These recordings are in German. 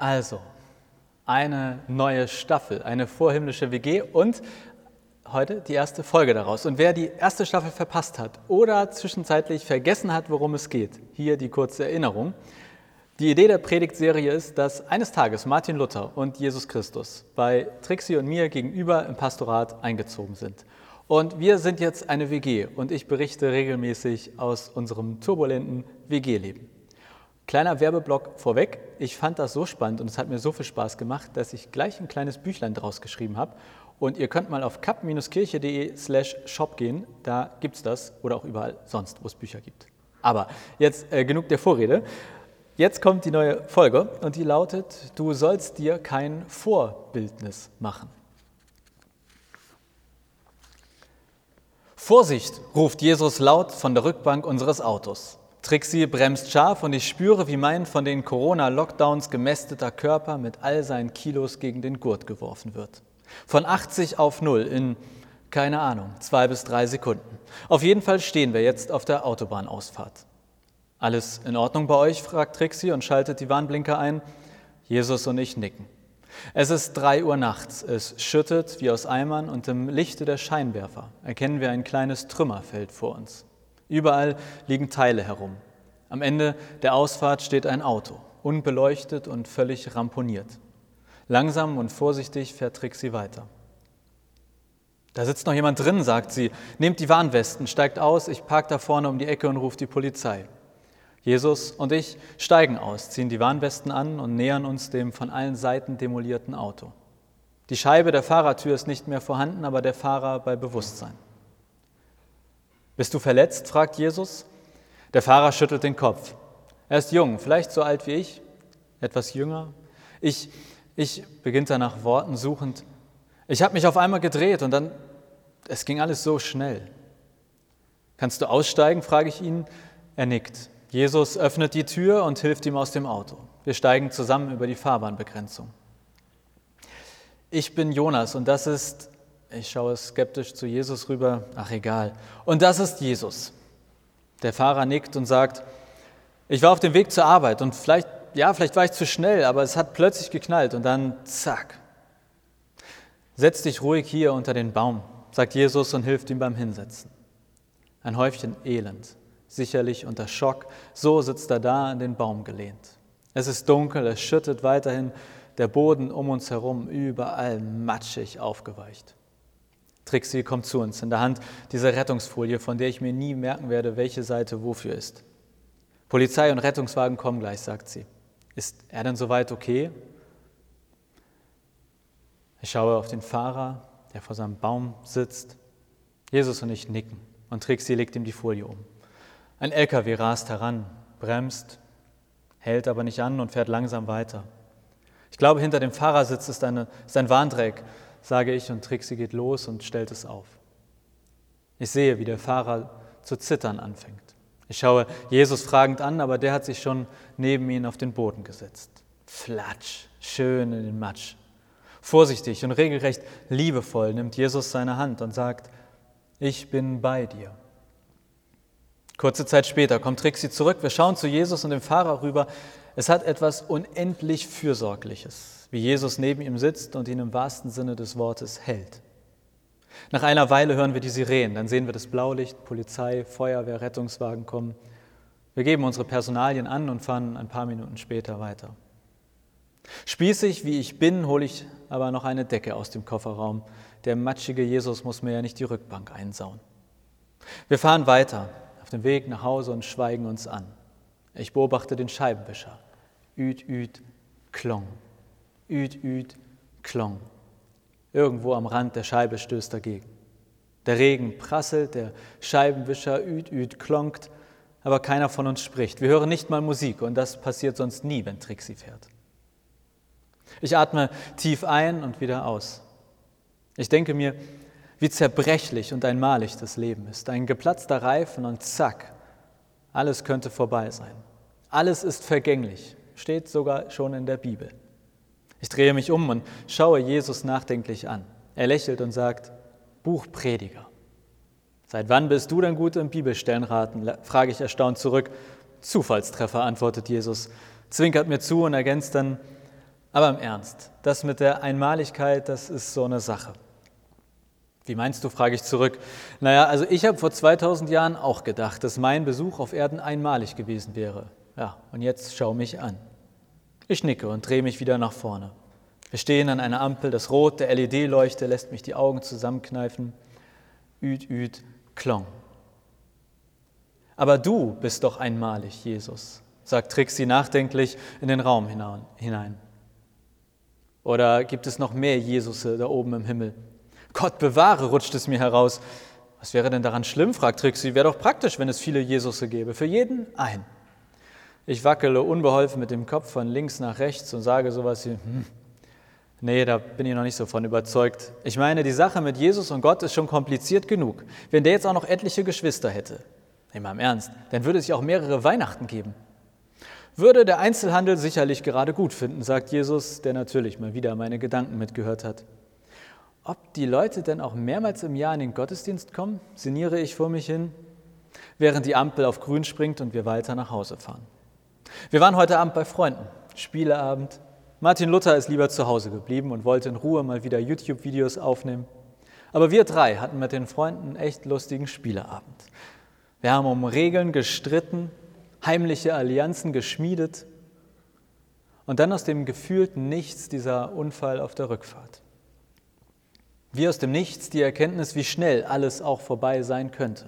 Also, eine neue Staffel, eine vorhimmlische WG und heute die erste Folge daraus. Und wer die erste Staffel verpasst hat oder zwischenzeitlich vergessen hat, worum es geht, hier die kurze Erinnerung. Die Idee der Predigtserie ist, dass eines Tages Martin Luther und Jesus Christus bei Trixie und mir gegenüber im Pastorat eingezogen sind. Und wir sind jetzt eine WG und ich berichte regelmäßig aus unserem turbulenten WG-Leben. Kleiner Werbeblock vorweg, ich fand das so spannend und es hat mir so viel Spaß gemacht, dass ich gleich ein kleines Büchlein draus geschrieben habe. Und ihr könnt mal auf kap-kirche.de/shop gehen, da gibt es das oder auch überall sonst, wo es Bücher gibt. Aber jetzt genug der Vorrede. Jetzt kommt die neue Folge und die lautet: Du sollst dir kein Vorbildnis machen. Vorsicht, ruft Jesus laut von der Rückbank unseres Autos. Trixie bremst scharf und ich spüre, wie mein von den Corona-Lockdowns gemästeter Körper mit all seinen Kilos gegen den Gurt geworfen wird. Von 80 auf 0 in, keine Ahnung, 2 bis 3 Sekunden. Auf jeden Fall stehen wir jetzt auf der Autobahnausfahrt. Alles in Ordnung bei euch, fragt Trixie und schaltet die Warnblinker ein. Jesus und ich nicken. Es ist 3 Uhr nachts, es schüttet wie aus Eimern und im Lichte der Scheinwerfer erkennen wir ein kleines Trümmerfeld vor uns. Überall liegen Teile herum. Am Ende der Ausfahrt steht ein Auto, unbeleuchtet und völlig ramponiert. Langsam und vorsichtig fährt Trixie weiter. Da sitzt noch jemand drin, sagt sie. Nehmt die Warnwesten, steigt aus, ich parke da vorne um die Ecke und rufe die Polizei. Jesus und ich steigen aus, ziehen die Warnwesten an und nähern uns dem von allen Seiten demolierten Auto. Die Scheibe der Fahrertür ist nicht mehr vorhanden, aber der Fahrer bei Bewusstsein. Bist du verletzt? Fragt Jesus. Der Fahrer schüttelt den Kopf. Er ist jung, vielleicht so alt wie ich, etwas jünger. Ich beginnt er nach Worten suchend. Ich habe mich auf einmal gedreht und dann, es ging alles so schnell. Kannst du aussteigen? Frage ich ihn. Er nickt. Jesus öffnet die Tür und hilft ihm aus dem Auto. Wir steigen zusammen über die Fahrbahnbegrenzung. Ich bin Jonas und das ist... Ich schaue skeptisch zu Jesus rüber. Ach, egal. Und das ist Jesus. Der Fahrer nickt und sagt, ich war auf dem Weg zur Arbeit und vielleicht war ich zu schnell, aber es hat plötzlich geknallt und dann zack. Setz dich ruhig hier unter den Baum, sagt Jesus und hilft ihm beim Hinsetzen. Ein Häufchen Elend, sicherlich unter Schock, so sitzt er da an den Baum gelehnt. Es ist dunkel, es schüttet weiterhin, der Boden um uns herum überall matschig aufgeweicht. Trixie kommt zu uns, in der Hand diese Rettungsfolie, von der ich mir nie merken werde, welche Seite wofür ist. Polizei und Rettungswagen kommen gleich, sagt sie. Ist er denn soweit okay? Ich schaue auf den Fahrer, der vor seinem Baum sitzt. Jesus und ich nicken und Trixie legt ihm die Folie um. Ein LKW rast heran, bremst, hält aber nicht an und fährt langsam weiter. Ich glaube, hinter dem Fahrersitz ist ein Warndreieck, sage ich, und Trixie geht los und stellt es auf. Ich sehe, wie der Fahrer zu zittern anfängt. Ich schaue Jesus fragend an, aber der hat sich schon neben ihn auf den Boden gesetzt. Flatsch, schön in den Matsch. Vorsichtig und regelrecht liebevoll nimmt Jesus seine Hand und sagt, ich bin bei dir. Kurze Zeit später kommt Trixie zurück, wir schauen zu Jesus und dem Fahrer rüber. Es hat etwas unendlich Fürsorgliches, wie Jesus neben ihm sitzt und ihn im wahrsten Sinne des Wortes hält. Nach einer Weile hören wir die Sirenen, dann sehen wir das Blaulicht, Polizei, Feuerwehr, Rettungswagen kommen. Wir geben unsere Personalien an und fahren ein paar Minuten später weiter. Spießig wie ich bin, hole ich aber noch eine Decke aus dem Kofferraum. Der matschige Jesus muss mir ja nicht die Rückbank einsauen. Wir fahren weiter auf dem Weg nach Hause und schweigen uns an. Ich beobachte den Scheibenwischer. Üt, üt, klong. Üt, üt, klong. Irgendwo am Rand der Scheibe stößt dagegen. Der Regen prasselt, der Scheibenwischer üt, üt, klonkt, aber keiner von uns spricht. Wir hören nicht mal Musik und das passiert sonst nie, wenn Trixie fährt. Ich atme tief ein und wieder aus. Ich denke mir, wie zerbrechlich und einmalig das Leben ist. Ein geplatzter Reifen und zack, alles könnte vorbei sein. Alles ist vergänglich, steht sogar schon in der Bibel. Ich drehe mich um und schaue Jesus nachdenklich an. Er lächelt und sagt, Buchprediger. Seit wann bist du denn gut im Bibelstellenraten? Frage ich erstaunt zurück. Zufallstreffer, antwortet Jesus, zwinkert mir zu und ergänzt dann, Aber im Ernst, das mit der Einmaligkeit, das ist so eine Sache. Wie meinst du, frage ich zurück. Naja, also ich habe vor 2000 Jahren auch gedacht, dass mein Besuch auf Erden einmalig gewesen wäre. Ja, und jetzt schau mich an. Ich nicke und drehe mich wieder nach vorne. Wir stehen an einer Ampel, das Rot der LED-Leuchte lässt mich die Augen zusammenkneifen. Üd, üd, klong. Aber du bist doch einmalig, Jesus, sagt Trixie nachdenklich in den Raum hinein. Oder gibt es noch mehr Jesusse da oben im Himmel? Gott bewahre, rutscht es mir heraus. Was wäre denn daran schlimm, fragt Trixie. Wäre doch praktisch, wenn es viele Jesusse gäbe. Für jeden ein. Ich wackele unbeholfen mit dem Kopf von links nach rechts und sage sowas wie, nee, da bin ich noch nicht so von überzeugt. Ich meine, die Sache mit Jesus und Gott ist schon kompliziert genug. Wenn der jetzt auch noch etliche Geschwister hätte, mal im Ernst, dann würde es ja auch mehrere Weihnachten geben. Würde der Einzelhandel sicherlich gerade gut finden, sagt Jesus, der natürlich mal wieder meine Gedanken mitgehört hat. Ob die Leute denn auch mehrmals im Jahr in den Gottesdienst kommen, sinniere ich vor mich hin, während die Ampel auf grün springt und wir weiter nach Hause fahren. Wir waren heute Abend bei Freunden, Spieleabend. Martin Luther ist lieber zu Hause geblieben und wollte in Ruhe mal wieder YouTube-Videos aufnehmen. Aber wir drei hatten mit den Freunden einen echt lustigen Spieleabend. Wir haben um Regeln gestritten, heimliche Allianzen geschmiedet und dann aus dem gefühlten Nichts dieser Unfall auf der Rückfahrt. Wie aus dem Nichts die Erkenntnis, wie schnell alles auch vorbei sein könnte.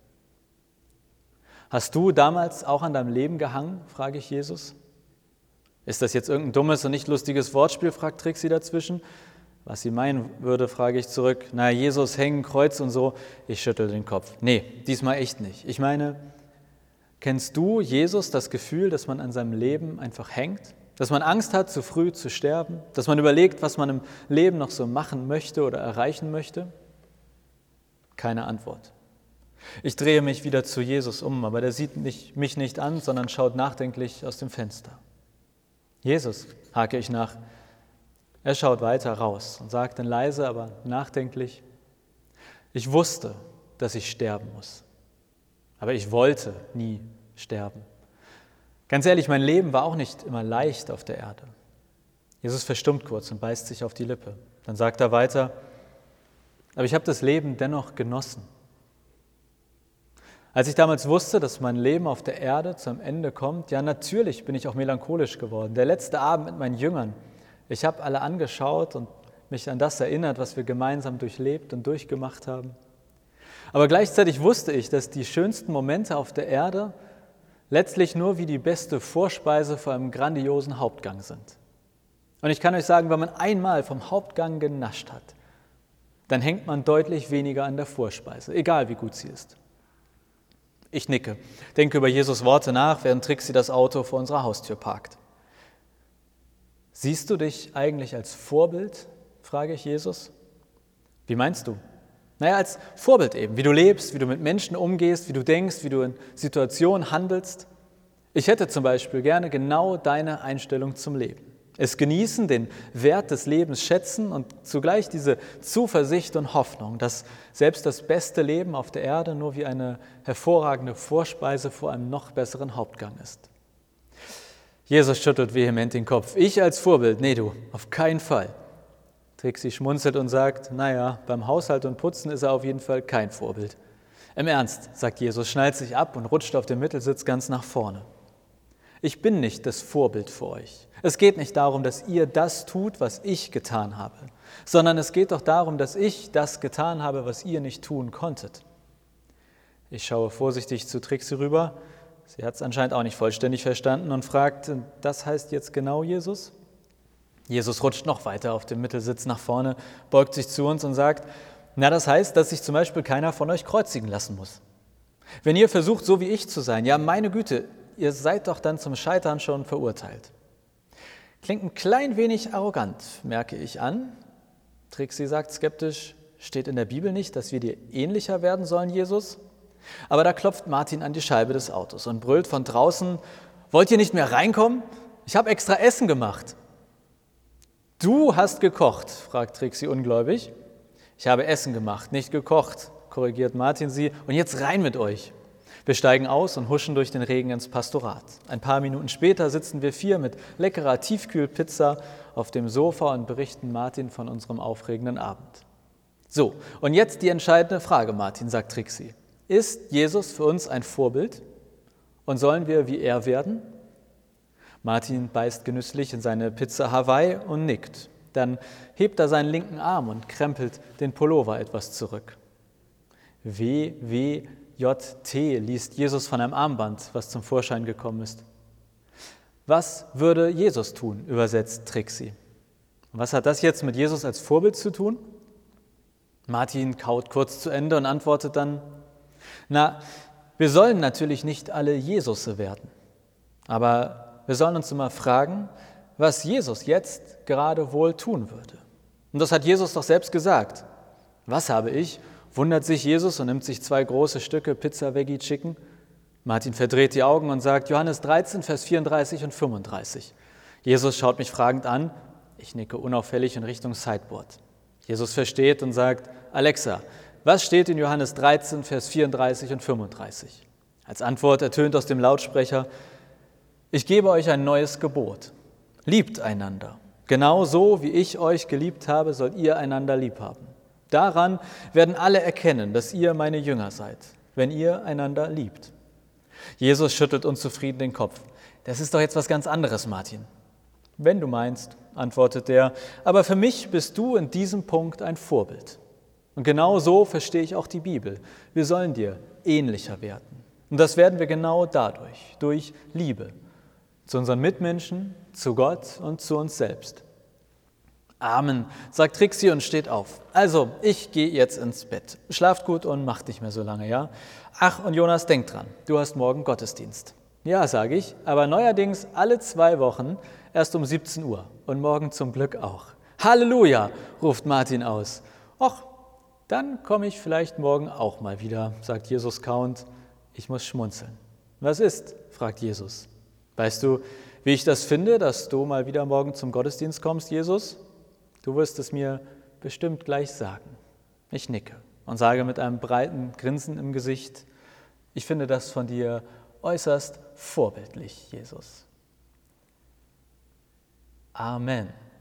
Hast du damals auch an deinem Leben gehangen, frage ich Jesus. Ist das jetzt irgendein dummes und nicht lustiges Wortspiel, fragt Trixie dazwischen. Was sie meinen würde, frage ich zurück. Na, Jesus hängen, Kreuz und so. Ich schüttel den Kopf. Nee, diesmal echt nicht. Ich meine, kennst du, Jesus, das Gefühl, dass man an seinem Leben einfach hängt? Dass man Angst hat, zu früh zu sterben? Dass man überlegt, was man im Leben noch so machen möchte oder erreichen möchte? Keine Antwort. Ich drehe mich wieder zu Jesus um, aber der sieht mich nicht an, sondern schaut nachdenklich aus dem Fenster. Jesus, hake ich nach. Er schaut weiter raus und sagt dann leise, aber nachdenklich, ich wusste, dass ich sterben muss, aber ich wollte nie sterben. Ganz ehrlich, mein Leben war auch nicht immer leicht auf der Erde. Jesus verstummt kurz und beißt sich auf die Lippe. Dann sagt er weiter, aber ich habe das Leben dennoch genossen. Als ich damals wusste, dass mein Leben auf der Erde zum Ende kommt, ja natürlich bin ich auch melancholisch geworden. Der letzte Abend mit meinen Jüngern, ich habe alle angeschaut und mich an das erinnert, was wir gemeinsam durchlebt und durchgemacht haben. Aber gleichzeitig wusste ich, dass die schönsten Momente auf der Erde letztlich nur wie die beste Vorspeise vor einem grandiosen Hauptgang sind. Und ich kann euch sagen, wenn man einmal vom Hauptgang genascht hat, dann hängt man deutlich weniger an der Vorspeise, egal wie gut sie ist. Ich nicke, denke über Jesus Worte nach, während Trixie das Auto vor unserer Haustür parkt. Siehst du dich eigentlich als Vorbild, frage ich Jesus. Wie meinst du? Naja, als Vorbild eben, wie du lebst, wie du mit Menschen umgehst, wie du denkst, wie du in Situationen handelst. Ich hätte zum Beispiel gerne genau deine Einstellung zum Leben. Es genießen, den Wert des Lebens schätzen und zugleich diese Zuversicht und Hoffnung, dass selbst das beste Leben auf der Erde nur wie eine hervorragende Vorspeise vor einem noch besseren Hauptgang ist. Jesus schüttelt vehement den Kopf. Ich als Vorbild? Nee, du, auf keinen Fall. Trixie schmunzelt und sagt, naja, beim Haushalt und Putzen ist er auf jeden Fall kein Vorbild. Im Ernst, sagt Jesus, schnallt sich ab und rutscht auf dem Mittelsitz ganz nach vorne. Ich bin nicht das Vorbild für euch. Es geht nicht darum, dass ihr das tut, was ich getan habe, sondern es geht doch darum, dass ich das getan habe, was ihr nicht tun konntet. Ich schaue vorsichtig zu Trixie rüber. Sie hat es anscheinend auch nicht vollständig verstanden und fragt, das heißt jetzt genau Jesus? Jesus rutscht noch weiter auf dem Mittelsitz nach vorne, beugt sich zu uns und sagt, na, das heißt, dass sich zum Beispiel keiner von euch kreuzigen lassen muss. Wenn ihr versucht, so wie ich zu sein, ja, meine Güte, ihr seid doch dann zum Scheitern schon verurteilt. Klingt ein klein wenig arrogant, merke ich an. Trixie sagt skeptisch, steht in der Bibel nicht, dass wir dir ähnlicher werden sollen, Jesus? Aber da klopft Martin an die Scheibe des Autos und brüllt von draußen, wollt ihr nicht mehr reinkommen? Ich habe extra Essen gemacht. Du hast gekocht, fragt Trixie ungläubig. Ich habe Essen gemacht, nicht gekocht, korrigiert Martin sie. Und jetzt rein mit euch. Wir steigen aus und huschen durch den Regen ins Pastorat. Ein paar Minuten später sitzen wir 4 mit leckerer Tiefkühlpizza auf dem Sofa und berichten Martin von unserem aufregenden Abend. So, und jetzt die entscheidende Frage, Martin, sagt Trixie. Ist Jesus für uns ein Vorbild? Und sollen wir wie er werden? Martin beißt genüsslich in seine Pizza Hawaii und nickt. Dann hebt er seinen linken Arm und krempelt den Pullover etwas zurück. WWJT liest Jesus von einem Armband, was zum Vorschein gekommen ist. Was würde Jesus tun, übersetzt Trixie. Was hat das jetzt mit Jesus als Vorbild zu tun? Martin kaut kurz zu Ende und antwortet dann, wir sollen natürlich nicht alle Jesusse werden, aber wir sollen uns immer fragen, was Jesus jetzt gerade wohl tun würde. Und das hat Jesus doch selbst gesagt. Was habe ich? Wundert sich Jesus und nimmt sich 2 große Stücke Pizza Veggie Chicken. Martin verdreht die Augen und sagt, Johannes 13, Vers 34 und 35. Jesus schaut mich fragend an. Ich nicke unauffällig in Richtung Sideboard. Jesus versteht und sagt, Alexa, was steht in Johannes 13, Vers 34 und 35? Als Antwort ertönt aus dem Lautsprecher, ich gebe euch ein neues Gebot. Liebt einander. Genau so, wie ich euch geliebt habe, sollt ihr einander lieb haben. Daran werden alle erkennen, dass ihr meine Jünger seid, wenn ihr einander liebt. Jesus schüttelt unzufrieden den Kopf. Das ist doch jetzt was ganz anderes, Martin. Wenn du meinst, antwortet er, aber für mich bist du in diesem Punkt ein Vorbild. Und genau so verstehe ich auch die Bibel. Wir sollen dir ähnlicher werden. Und das werden wir genau dadurch, durch Liebe. Zu unseren Mitmenschen, zu Gott und zu uns selbst. Amen, sagt Trixie und steht auf. Also, ich gehe jetzt ins Bett. Schlaft gut und macht nicht mehr so lange, ja? Ach, und Jonas, denk dran, du hast morgen Gottesdienst. Ja, sage ich, aber neuerdings alle 2 Wochen, erst um 17 Uhr und morgen zum Glück auch. Halleluja, ruft Martin aus. Och, dann komme ich vielleicht morgen auch mal wieder, sagt Jesus kauend. Ich muss schmunzeln. Was ist? Fragt Jesus. Weißt du, wie ich das finde, dass du mal wieder morgen zum Gottesdienst kommst, Jesus? Du wirst es mir bestimmt gleich sagen. Ich nicke und sage mit einem breiten Grinsen im Gesicht, ich finde das von dir äußerst vorbildlich, Jesus. Amen.